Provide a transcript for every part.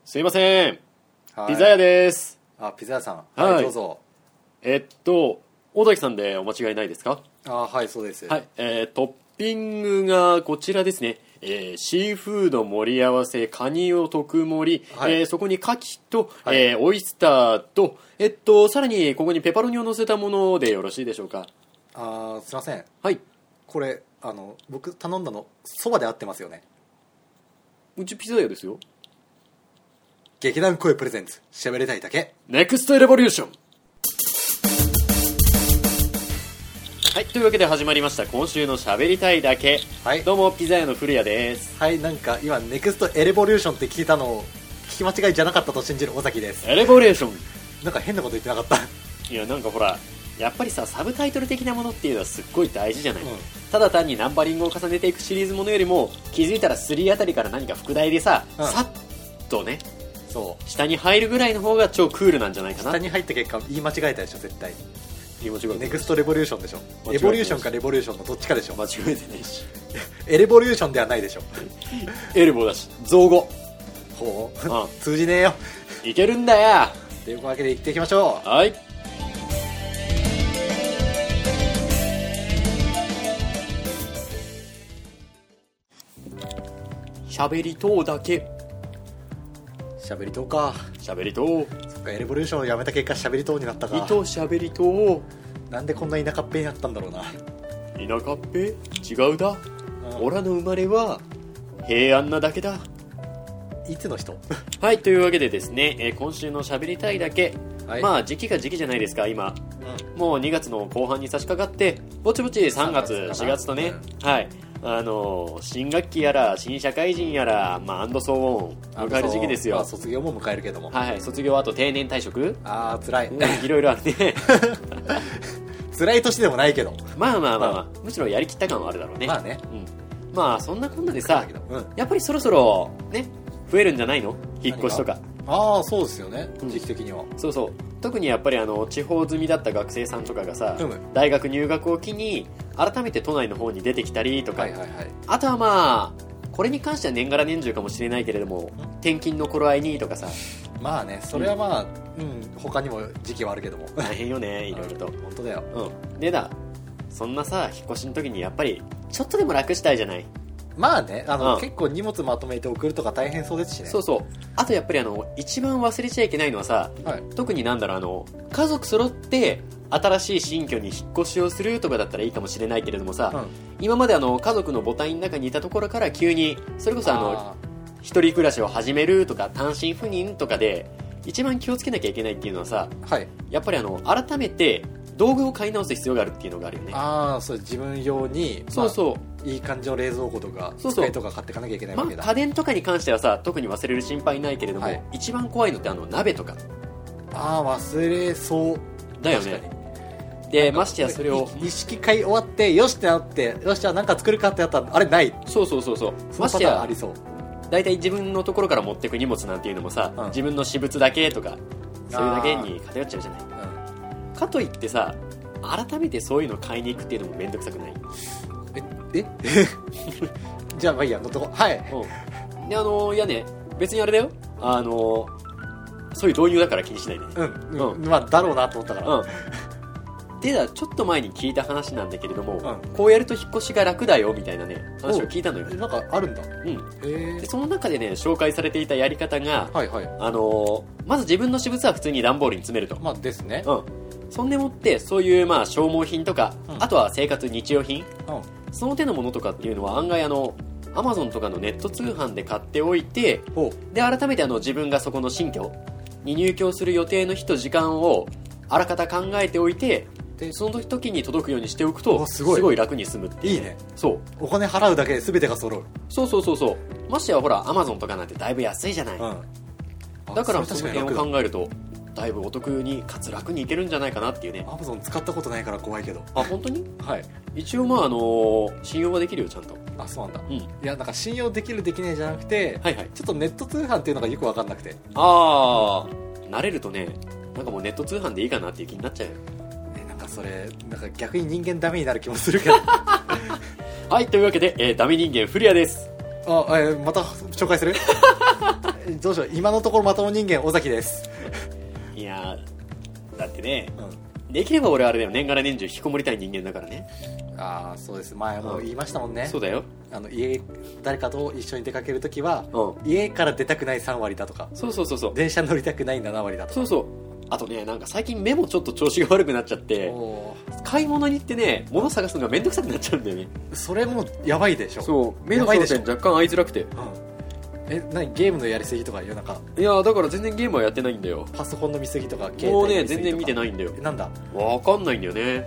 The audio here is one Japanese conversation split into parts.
すいません、 はい、 ピザ屋です。 ピザ屋さん、 はい、 どうぞ。 尾崎さんでお間違いないですか？ はい、そうです。 はい、トッピングがこちらですね。シーフード盛り合わせカニを特盛り、はい、そこに牡蠣と、はい、オイスターと、さらにここにペパロニを乗せたものでよろしいでしょうか？ すいません。 はい。 これ僕頼んだのそばで合ってますよね？ うちピザ屋ですよ。 劇団声プレゼンツ、喋りたいだけネクストレボリューション。はい、というわけで始まりました今週の喋りたいだけ、はい、どうもピザ屋の古谷です。 はい、なんか今ネクストエレボリューションって聞いたのを聞き間違いじゃなかったと信じる尾崎です。 エレボリューション、 なんか変なこと言ってなかった？ いや、なんかほらやっぱりさ、サブタイトル的なものっていうのはすっごい大事じゃない、ただ単にナンバリングを重ねていくシリーズものよりも、気づいたら3あたりから何か副題でさ、さっとね、そう下に入るぐらいの方が超クールなんじゃないかな。 下に入った結果言い間違えたでしょ、絶対。 言い間違えた。 ネクストレボリューションでしょ。エボリューションかレボリューションのどっちかでしょ。 間違えてねしエレボリューションではないでしょ。 エルボだし造語。 ほう、通じねえよ。 いけるんだよ。 というわけでいっていきましょう。 はい。喋りとうだけ。 喋りとうか。 喋りとう。 そっか、エレボリューションをやめた結果喋りとうになったか。 糸喋りとう。 なんでこんな田舎っぺになったんだろうな。 田舎っぺ？違うだ、オラの生まれは平安なだけだ。 いつの人？ はい、というわけでですね、今週の喋りたいだけ、はい、まあ時期が時期じゃないですか今、もう2月の後半に差し掛かってぼちぼち3月4月とね、はい、新学期やら新社会人やら、まあ、アンドソーオン迎える時期ですよ。 卒業も迎えるけども、 はいはい、卒業、あと定年退職、 辛い、 いろいろあるね辛い年でもないけど、 まあ、むしろやりきった感はあるだろうね。 まあね、 まあそんなこんなでさ、やっぱりそろそろね増えるんじゃないの、引っ越しとか。 そうですよね、時期的には。 そうそう、特にやっぱり地方住みだった学生さんとかがさ、大学入学を機に改めて都内の方に出てきたりとか、あとはまあこれに関しては年がら年中かもしれないけれども、転勤の頃合いにとかさ、 まあね、それはまあ、他にも時期はあるけども大変よね、いろいろと。 本当だよ。 でそんなさ、引っ越しの時にやっぱりちょっとでも楽したいじゃない。 まあね、結構荷物まとめて送るとか大変そうですしね。 そうそう。あとやっぱり一番忘れちゃいけないのはさ、特に家族揃って新しい新居に引っ越しをするとかだったらいいかもしれないけれどもさ、今まで家族の母体の中にいたところから急にそれこそ一人暮らしを始めるとか単身赴任とかで一番気をつけなきゃいけないっていうのはさ、やっぱり改めて道具を買い直す必要があるっていうのがあるよね。 そう、自分用に、 そうそう、 いい感じの冷蔵庫とか机とか買っていかなきゃいけないわけだ。 家電とかに関してはさ、特に忘れる心配ないけれども、一番怖いのって鍋とか。 忘れそうだよね。でましてやそれを意識買い終わってよしってなって、よしじゃあ何か作るかってやったらあれない。 そうましてやありそう。 大体自分のところから持ってく荷物なんていうのもさ、自分の私物だけとかそういうだけに偏っちゃうじゃない。かといってさ、改めてそういうの買いに行くっていうのもめんどくさくない？ じゃあまあいいや、乗っとこう。はい。 でいやね、別にあれだよ、そういう導入だから気にしないで。 まあだろうなと思ったから。 でちょっと前に聞いた話なんだけれども、こうやると引っ越しが楽だよみたいなね話を聞いたのよ。 なんかあるんだ。 でその中でね紹介されていたやり方が、まず自分の私物は普通に段ボールに詰めると。 まあですね。 そんでもってそういうまあ消耗品とか、あとは生活日用品、その手のものとかっていうのは案外Amazon とかのネット通販で買っておいて、で改めて自分がそこの新居に入居する予定の日と時間をあらかた考えておいて、でその時に届くようにしておくとすごい楽に済むっていう。 いいね。 そう、 お金払うだけで全てが揃う。 そうましてやほら Amazon とかなんてだいぶ安いじゃない。だからその辺を考えるとだいぶお得にかつ楽にいけるんじゃないかなっていうね。 Amazon 使ったことないから怖いけど。 本当に？ はい。 一応まあ信用はできるよちゃんと。 そうなんだ。いや、なんか信用できるできないじゃなくて、ちょっとネット通販っていうのがよく分かんなくて。 慣れるとね、なんかもうネット通販でいいかなっていう気になっちゃうよ。 なんかそれなんか逆に人間ダメになる気もするけどはい、というわけで、ダメ人間古谷です。 また紹介するどうしよう、今のところまとも人間尾崎です。 いやだってね、できれば俺あれだよ、年がら年中引きこもりたい人間だからね。 ああ、そうです。前も言いましたもんね。 そうだよ。 誰かと一緒に出かけるときは、家から出たくない3割だとか、 そう。 電車乗りたくない7割だとか。 そう。あとね、なんか最近目もちょっと調子が悪くなっちゃって、買い物に行ってね、物探すのがめんどくさくなっちゃうんだよね。 それもやばいでしょ。 そう、目の焦点若干合いづらくて。 何、ゲームのやりすぎとか夜中？ いやだから全然ゲームはやってないんだよ。 パソコンの見すぎとか携帯の見すぎとかもうね、全然見てないんだよ。 なんだ、 わかんないんだよね。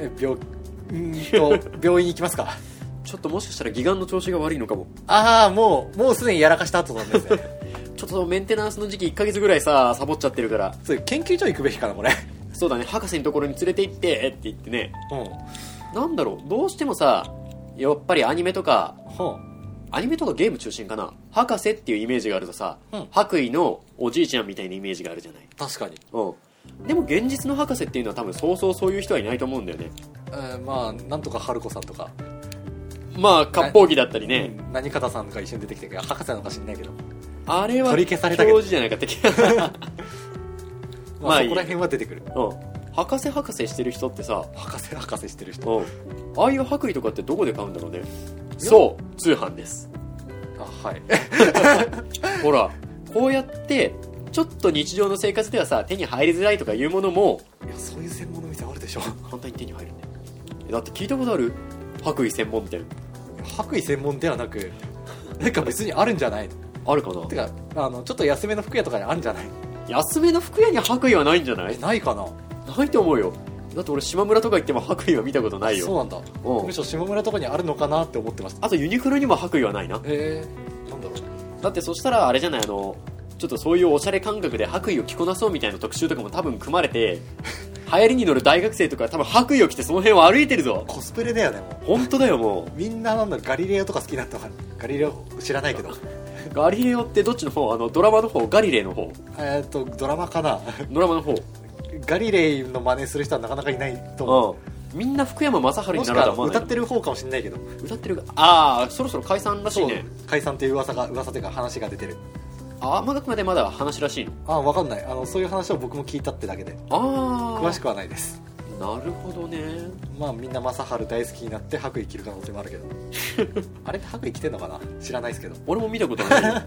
病院行きますか？ ちょっともしかしたら義眼の調子が悪いのかも。 ああ、もうすでにやらかした後なんですね。 ちょっとメンテナンスの時期1ヶ月ぐらいさサボっちゃってるから。 そう、研究所行くべきかなこれ。 そうだね、博士のところに連れて行ってって言ってね、なんだろう、どうしてもさやっぱりアニメとかゲーム中心かな、博士っていうイメージがあるとさ、白衣のおじいちゃんみたいなイメージがあるじゃない。 確かに。 でも現実の博士っていうのは多分そういう人はいないと思うんだよね。 まあなんとか春子さんとか、 まあ割烹着だったりね、 何方さんが一緒に出てきてる博士なのか知んないけど、 あれは取り消されたけど教授じゃないかってまあそこら辺は出てくる。 博士してる人ってさ、 博士してる人、 ああいう白衣とかってどこで買うんだろうね。そう通販です。 はい。 ほらこうやってちょっと日常の生活ではさ手に入りづらいとかいうものも、 いやそういう専門の店あるでしょ。 簡単に手に入るんだよ。だって聞いたことある？白衣専門店。 白衣専門ではなく、なんか別にあるんじゃないの？ あるかな。 てかちょっと安めの服屋とかにあるんじゃない？ 安めの服屋に白衣はないんじゃない？ ないかな。 ないと思うよ。だって俺島村とか行っても白衣は見たことないよ。 そうなんだ。むしろ島村とかにあるのかなって思ってました。 あとユニクロにも白衣はないな。 なんだろう。 だってそしたらあれじゃない、ちょっとそういうおしゃれ感覚で白衣を着こなそうみたいな特集とかも多分組まれて流行りに乗る大学生とか多分白衣を着てその辺を歩いてるぞ。 コスプレだよね。もう本当だよ。もうみんななんだろう、ガリレオとか好きだったのか。ガリレオ知らないけど。 ガリレオってどっちの方？ドラマの方？ガリレイの方？ ドラマかな。 ドラマの方。 ガリレイの真似する人はなかなかいないと思う。 みんな福山雅治になるとは思わない。 歌ってる方かもしれないけど。 歌ってる。ああ、そろそろ解散らしいね。 解散っていう噂というか話が出てる。 まだ話らしいの？ 分かんない。そういう話を僕も聞いたってだけで。詳しくはないです。 なるほどね。 まあみんな正治大好きになって白衣着る可能性もあるけど。あれって白衣着てんのかな、知らないですけど。 俺も見たことない。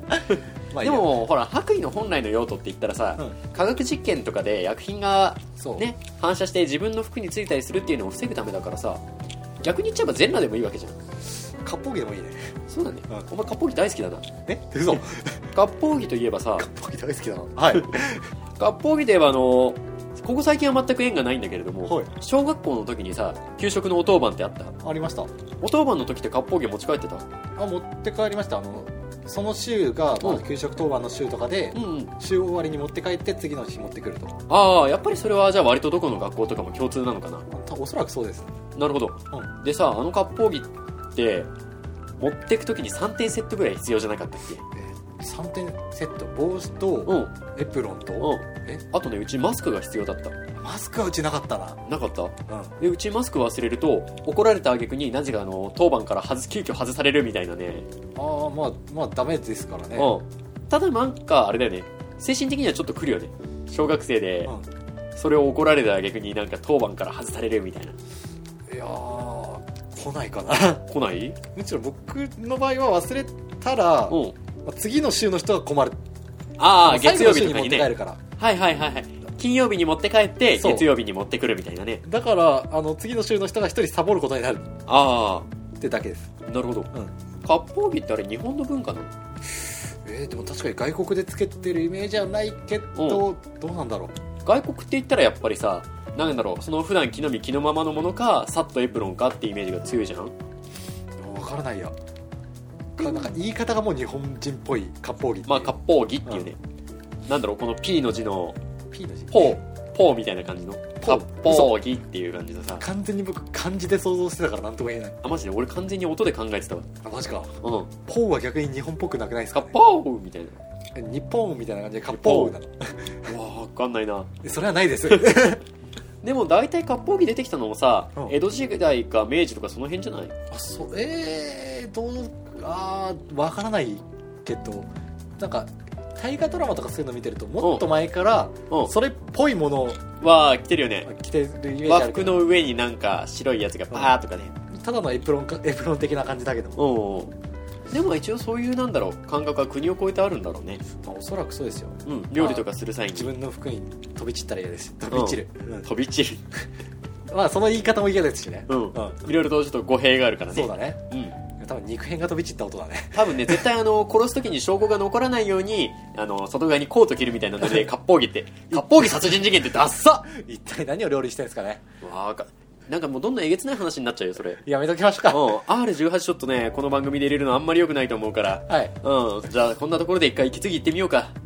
でもほら白衣の本来の用途って言ったらさ、科学実験とかで薬品がね反射して自分の服についたりするっていうのを防ぐためだからさ、逆に言っちゃえば全裸でもいいわけじゃん。 割烹着でもいいね。 そうだね。お前割烹着大好きだな。 嘘。 割烹着といえばさ、 割烹着大好きだな。はい。 割烹着といえばここ最近は全く縁がないんだけれども、小学校の時にさ給食のお当番ってあった？ ありました。 お当番の時って割烹着持ち帰ってた？ 持って帰りました。その週が、給食当番の週とかで、週終わりに持って帰って次の日持ってくると。 やっぱりそれはじゃあ割とどこの学校とかも共通なのかな？ おそらくそうです。 なるほど。でさ、割烹着って持ってく時に3点セットぐらい必要じゃなかったっけ ？3点セット、帽子とエプロンと、 あとね、うちマスクが必要だった。 マスクはうちなかったな。 なかった？でうちマスク忘れると怒られた挙句になぜか当番から急遽外されるみたいなね。 まあダメですからね。 ただなんかあれだよね、精神的にはちょっと来るよね。小学生でそれを怒られた挙句になんか当番から外されるみたいな。 いや来ないかな。 来ない？ むしろ僕の場合は忘れたら次の週の人が困る。 月曜日とかにね。 最後の週に持って帰るから。 はい。金曜日に持って帰って月曜日に持ってくるみたいなね。 だから次の週の人が一人サボることになるってだけです。 なるほど。割烹着ってあれ日本の文化なの？ でも確かに外国でつけてるイメージはないけど、どうなんだろう。外国って言ったらやっぱりさ、なんだろう、その普段着のみ着のままのものかさっとエプロンかってイメージが強いじゃん。 分からないや。なんか言い方がもう日本人っぽい割烹着。 割烹着っていうね、なんだろう、この P の字のポーみたいな感じの割烹着っていう感じでさ。 完全に僕漢字で想像してたからなんとも言えない。 マジで俺完全に音で考えてたわ。 マジか。ポーは逆に日本っぽくなくないですか？ ポーみたいな。日本みたいな感じで割烹なの。わかんないな。 それはないです。 でも大体割烹着出てきたのもさ、江戸時代か明治とかその辺じゃない？ わからないけど、なんか大河ドラマとかそういうの見てるともっと前からそれっぽいものは来てるよね。 着てるイメージある。 和服の上になんか白いやつがバーとかね、 ただのエプロン的な感じだけども、 でも一応そういうなんだろう感覚は国を越えてあるんだろうね。 おそらくそうですよ。 料理とかする際に自分の服に飛び散ったら嫌です。飛び散る、 飛び散るまあその言い方も嫌ですしね。 いろいろとちょっと語弊があるからね。 そうだね。多分肉片が飛び散った音だね。 多分ね、絶対殺す時に証拠が残らないように外側にコート着るみたいなので割烹着って割烹着殺人事件ってダッサ一体何を料理してるんですかね。 なんかもうどんどんえげつない話になっちゃうよそれ。 やめときましょうか。 R18 ちょっとねこの番組で入れるのあんまり良くないと思うから、 はい、 じゃあこんなところで一回息継ぎ行ってみようか。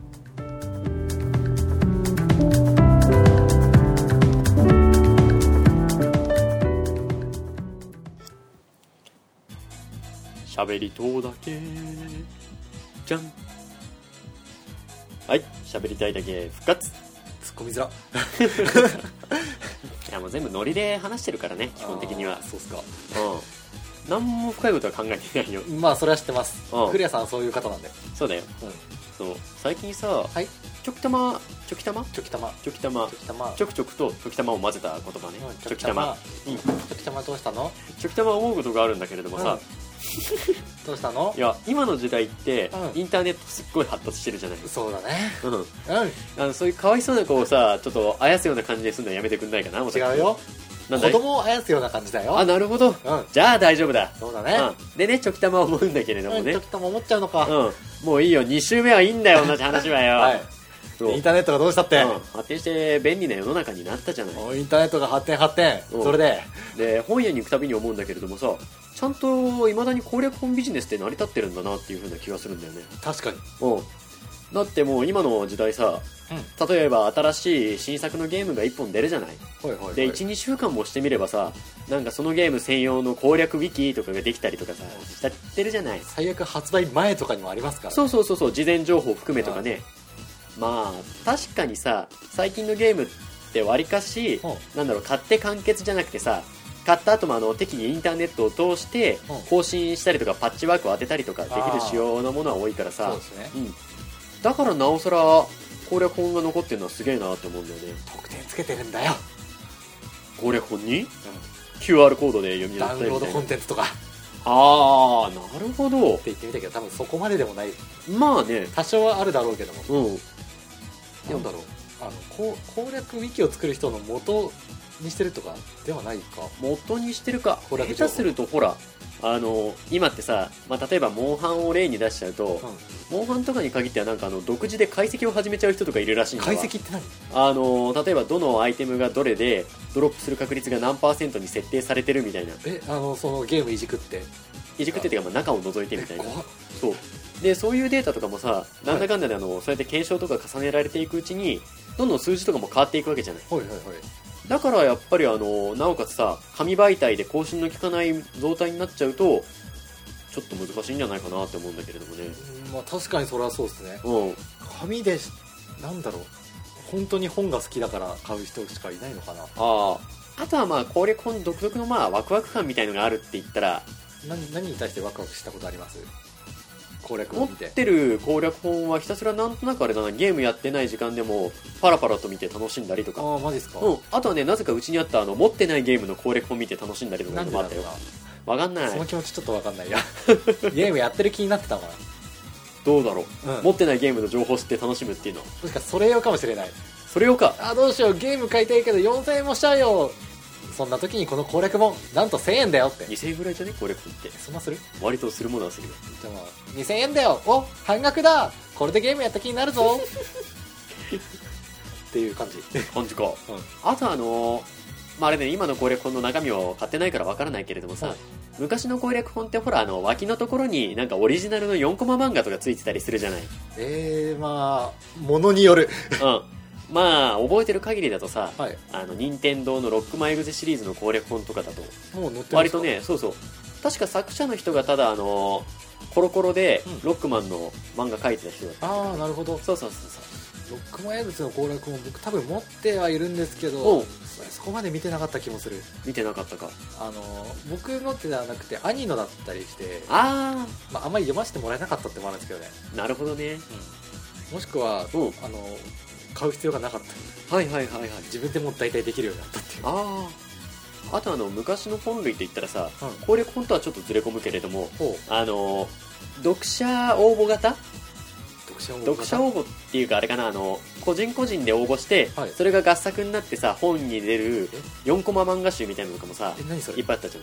喋りとうだけじゃん。はい、喋りたいだけ復活。 ツッコミづらいやもう全部ノリで話してるからね基本的には。 そうっすか。 何も深いことは考えてないよ。 まあそれは知ってます。クレアさんはそういう方なんで。 そうだよ。そう最近さ、 はい、 ちょきたまちょくちょくとちょきたまを混ぜた言葉ね。ちょきたまちょきたまどうしたの。 ちょきたま思うことがあるんだけれどもさ、 どうしたの。 いや今の時代ってインターネットすっごい発達してるじゃない。 そうだね。 そういうかわいそうな子をさちょっとあやすような感じでするのやめてくんないかな。 違うよ、子供をあやすような感じだよ。 あ、なるほど、じゃあ大丈夫だ。 そうだね。 でねちょきたま思うんだけれどもね。 ちょきたま思っちゃうのか。 もういいよ、2週目はいいんだよ同じ話はよ。 インターネットがどうしたって、 発展して便利な世の中になったじゃない。 インターネットが発展、それで本屋に行くたびに思うんだけれどもさ、ちゃんといまだに攻略本ビジネスって成り立ってるんだなっていう風な気がするんだよね。 確かに。 だってもう今の時代さ、例えば新しい新作のゲームが1本出るじゃない。で 1,2 週間もしてみればさ、なんかそのゲーム専用の攻略ウィキとかができたりとかさしちゃってるじゃない。 最悪発売前とかにもありますから。 そう事前情報含めとかね。まあ確かにさ最近のゲームってわりかしなんだろう、買って完結じゃなくてさ、買った後も適宜インターネットを通して更新したりとかパッチワークを当てたりとかできる仕様のものは多いからさ。 そうですね。 だからなおさら攻略本が残ってるのはすげえなって思うんだよね。 特典つけてるんだよ攻略本に、QR コードで読み取ったりみたいな。ダウンロードコンテンツとか。 ああなるほどって言ってみたけど多分そこまででもない。 まあね多少はあるだろうけども。なんだろう、攻略ウィキを作る人の元にしてるとかではないか。 元にしてるか。下手するとほら今ってさ、例えばモンハンを例に出しちゃうと、モンハンとかに限ってはなんか独自で解析を始めちゃう人とかいるらしいんだわ。 解析って何？ 例えばどのアイテムがどれでドロップする確率が何%に設定されてるみたいな。 そのゲームいじくってっていうか中を覗いてみたいな。そうでそういうデータとかもさ、なんだかんだでそうやって検証とか重ねられていくうちにどんどん数字とかも変わっていくわけじゃない。だからやっぱりなおかつさ紙媒体で更新の効かない状態になっちゃうとちょっと難しいんじゃないかなって思うんだけれどもね。 まあ確かにそれはそうですね。紙でなんだろう、本当に本が好きだから買う人しかいないのかな。 あとはまあ攻略本独特のワクワク感みたいのがあるって言ったら何に対してワクワクしたことあります？攻略本見て。 持ってる攻略本はひたすらなんとなくあれだな、ゲームやってない時間でもパラパラと見て楽しんだりとか。 マジですか。 あとはね、なぜかうちにあった持ってないゲームの攻略本見て楽しんだりとかもあったよ。わかんない。 その気持ちちょっとわかんないやゲームやってる気になってたのかな。 どうだろう、持ってないゲームの情報を知って楽しむっていうのはもしかそれ用かもしれない。 それ用か。 どうしよう、ゲーム買いたいけど4000円もしちゃうよ。そんな時にこの攻略本なんと1000円だよって。 2000円ぐらいじゃね攻略本って。 そんなする？ 割とするものはするよ。 でも2000円だよ、半額だ、これでゲームやった気になるぞっていう感じか、あとあれね、今の攻略本の中身を買ってないからわからないけれどもさ、昔の攻略本ってほら脇のところになんかオリジナルの4コマ漫画とかついてたりするじゃない。 まあものによるまあ覚えてる限りだとさ、任天堂のロックマンエグゼシリーズの攻略本とかだと割とね、そう確か作者の人がただコロコロでロックマンの漫画描いてた人だった。 なるほど。 そうロックマンエグゼの攻略本僕多分持ってはいるんですけど、そこまで見てなかった気もする。 見てなかったか。 僕のってではなくて兄のだったりして、 あんまり読ませてもらえなかったってもあるんですけどね。 なるほどね。 もしくは、買う必要がなかった。 はいはいはいはい。 自分でもう大体できるようになったっていう。 あと昔の本類って言ったらさ、攻略本とはちょっとずれ込むけれども、読者応募型、読者応募っていうかあれかな、個人個人で応募して、それが合作になってさ、本に出る4コマ漫画集みたいなのとかもさ、いっぱいあったじゃん。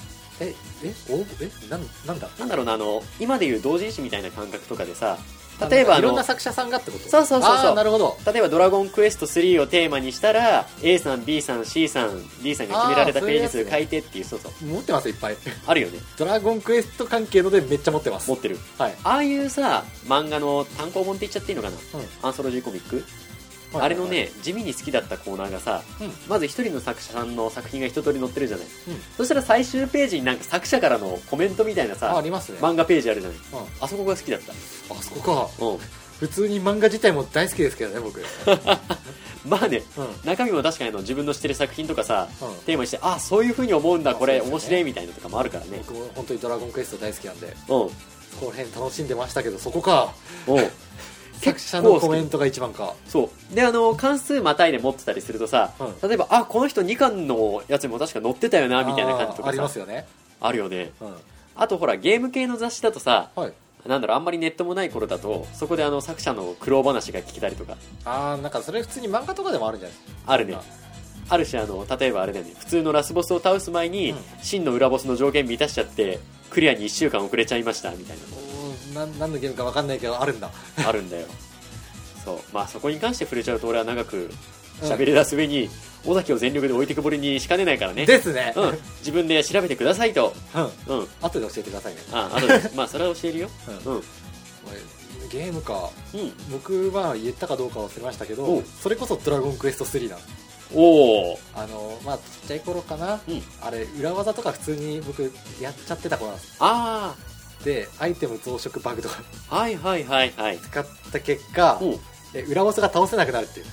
なんだろうな、今でいう同人誌みたいな感覚とかでさ、例えばいろんな作者さんがってこと？ そうなるほど。 例えばドラゴンクエスト3をテーマにしたら A さん B さん C さん D さんが決められたページ数書いてっていう、そう持ってますいっぱいあるよね。 ドラゴンクエスト関係のでめっちゃ持ってます。 持ってる。ああいうさ漫画の単行本って言っちゃっていいのかな、アンソロジーコミック、あれのね、地味に好きだったコーナーがさ、まず一人の作者さんの作品が一通り載ってるじゃない、そしたら最終ページになんか作者からのコメントみたいなさ、 ありますね、 漫画ページあるじゃない、あそこが好きだった。 あそこか。普通に漫画自体も大好きですけどね僕まあね、中身も確かに自分の知ってる作品とかさ、テーマにして、あ、そういう風に思うんだ、これ面白いみたいなとかもあるからね。 僕も本当にドラゴンクエスト大好きなんで、この辺楽しんでましたけど、そこか。作者のコメントが一番か。 そうで、関数またいで持ってたりするとさ、例えば、あ、この人2巻のやつにも確か載ってたよなみたいな感じとかさ、 ありますよね。 あるよね。あとほら、ゲーム系の雑誌だとさ、なんだろう、あんまりネットもない頃だと、そこで作者の苦労話が聞けたりとか。 なんかそれ普通に漫画とかでもあるんじゃないですか。 あるね。あるし、例えばあれだよね、普通のラスボスを倒す前に、真の裏ボスの条件満たしちゃってクリアに1週間遅れちゃいましたみたいな。 何のゲームか分かんないけどあるんだ。 あるんだよ。そう、まあそこに関して触れちゃうと俺は長く喋り出す上に、尾崎を全力で置いてくぼりにしかねないからね。 ですね。 自分で調べてくださいと。 後で教えてくださいね。 後でまあそれは教えるよ。 ゲームか、僕は言ったかどうか忘れましたけど、それこそドラゴンクエスト3なの。まあちっちゃい頃かな、あれ裏技とか普通に僕やっちゃってた子なんです。でアイテム増殖バグとか使った結果、裏ボスが倒せなくなるっていう。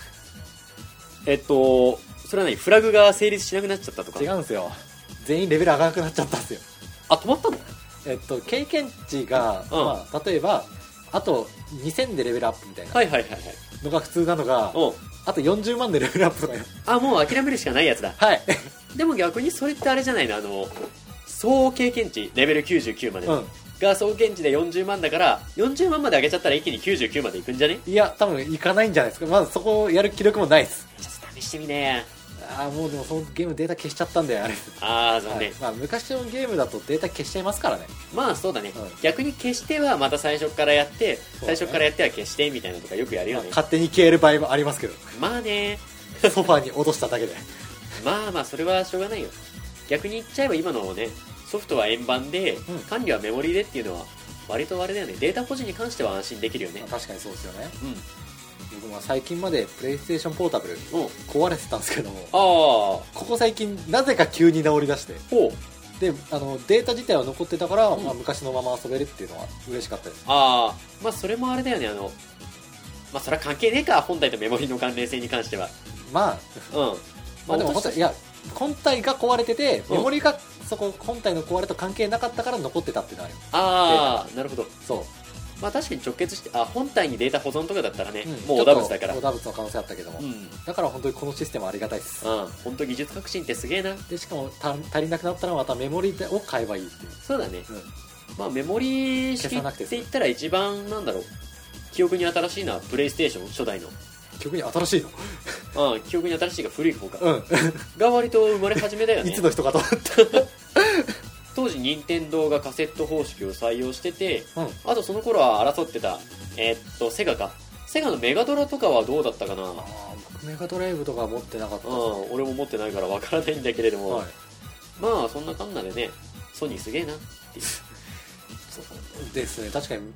それは何、フラグが成立しなくなっちゃったとか？ 違うんですよ、全員レベル上がらなくなっちゃったんですよ。 止まったの？ 経験値が、例えばあと2000でレベルアップみたいなのが普通なのが、あと40万でレベルアップとか。 もう諦めるしかないやつだ。でも逆にそれってあれじゃないの、総経験値レベル99までが総経験値で40万だから、40万まで上げちゃったら一気に99までいくんじゃね？ いや多分いかないんじゃないですか。まずそこをやる気力もないです。 ちょっと試してみね。 もうでもそのゲームデータ消しちゃったんだよあれ。 残念。 昔のゲームだとデータ消しちゃいますからね。 まあそうだね、逆に消してはまた最初からやって、最初からやっては消してみたいなのとかよくやるよね。 勝手に消える場合もありますけど。 まあねソファーに落としただけでまあそれはしょうがないよ。逆に言っちゃえば今のね、ソフトは円盤で、管理はメモリでっていうのは割とあれだよね、データ保持に関しては安心できるよね。 確かにそうですよね。僕は最近までプレイステーションポータブル壊れてたんですけども、ここ最近なぜか急に治りだして、でデータ自体は残ってたから、昔のまま遊べるっていうのは嬉しかったです。 まあそれもあれだよね、それは関係ねえか、本体とメモリの関連性に関しては。 でも本体、いや本体が壊れてて、メモリがそこ本体の壊れと関係なかったから残ってたっていうのはある。 なるほど。 そう、 まあ確かに直結して、本体にデータ保存とかだったらね、もうオダブツだから。 オダブツの可能性あったけども、だから本当にこのシステムありがたいです。 本当技術革新ってすげえな。 でしかも足りなくなったらまたメモリを買えばいいっていう。 そうだね。まあメモリ式って言ったら一番なんだろう、記憶に新しいのはプレイステーション初代の。 記憶に新しいの？ 記憶に新しいが古い方か。が割と生まれ始めだよね。 いつの人かと思った当時任天堂がカセット方式を採用してて、あとその頃は争ってたセガか。セガのメガドラとかはどうだったかな。 僕メガドライブとか持ってなかったですね。 俺も持ってないからわからないんだけれども、まあそんなかんなでね、ソニーすげえなっていう。 そうですね。確かに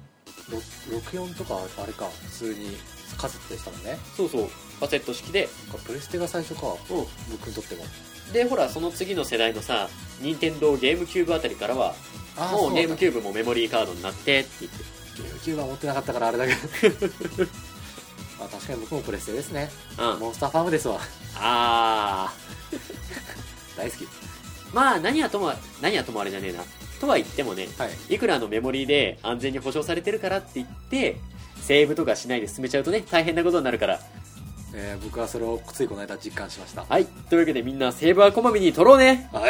64とかあれか、普通にカセットでしたもんね。 そうそう、カセット式で。 プレステが最初か、僕にとっても。 でほら、その次の世代のさ、任天堂ゲームキューブあたりからはもうゲームキューブもメモリーカードになってって言って。 ゲームキューブは持ってなかったからあれだけど確かに僕もプレステですね。モンスターファームですわ。大好き。まあ何はともあれじゃねえなとは言ってもね、いくらメモリーで安全に保証されてるからって言ってセーブとかしないで進めちゃうとね大変なことになるから。 僕はそれをついこの間実感しました。 はい、というわけでみんなセーブはこまめに取ろうね。 はい。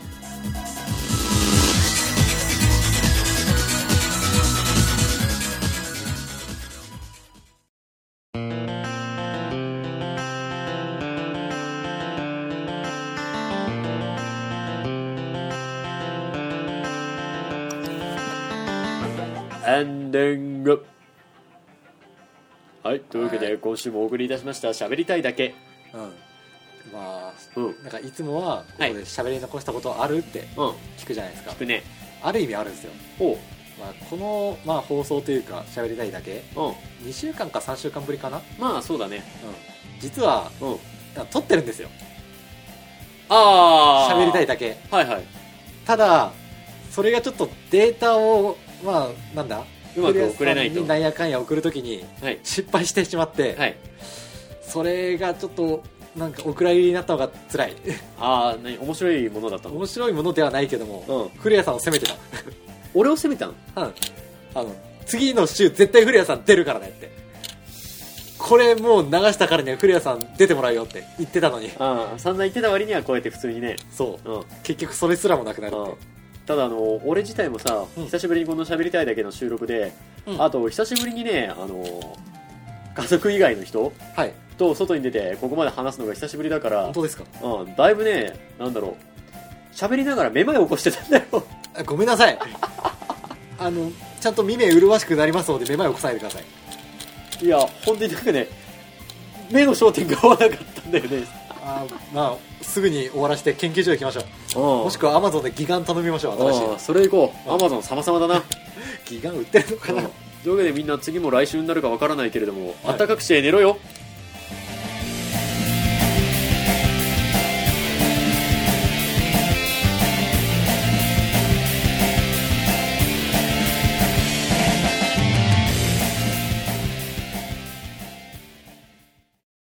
エンディング。はい、というわけで今週もお送りいたしました喋りたいだけ。 まあ、なんかいつもはここで喋り残したことあるって聞くじゃないですか。 聞くね。 ある意味あるんですよ。まあ、この、まあ、放送というか喋りたいだけ、2週間か3週間ぶりかな。 まあそうだね。 実は、撮ってるんですよ。 ああ、 喋りたいだけ。 はいはい。 ただそれがちょっとデータをまあなんだうまく送れないと、 なんやかんや送るときに失敗してしまって、それがちょっとなんかお蔵入りになったのが辛い。 ああ、面白いものだったの？ 面白いものではないけども、古谷さんを責めてた。 俺を責めたの？ 次の週絶対古谷さん出るからねって、これもう流したからには古谷さん出てもらうよって言ってたのに、 散々言ってた割にはこうやって普通にね。 そう、結局それすらもなくなるって。 ただ俺自体もさ、久しぶりにこの喋りたいだけの収録で、あと久しぶりにね家族以外の人、と外に出てここまで話すのが久しぶりだから。 本当ですか？ だいぶね、なんだろう、喋りながらめまいを起こしてたんだよ。 ごめんなさい。ちゃんと耳麗しくなりますのでめまいを起こさないでください。 いや本当になんかね、目の焦点が合わなかったんだよね。 まあすぐに終わらせて研究所へ行きましょう。もしくはアマゾンでギガン頼みましょう。新しい。 それ行こう。アマゾン様々だな。 ギガン売ってるのかな。 というわけでみんな次も来週になるかわからないけれども、暖かくして寝ろよ。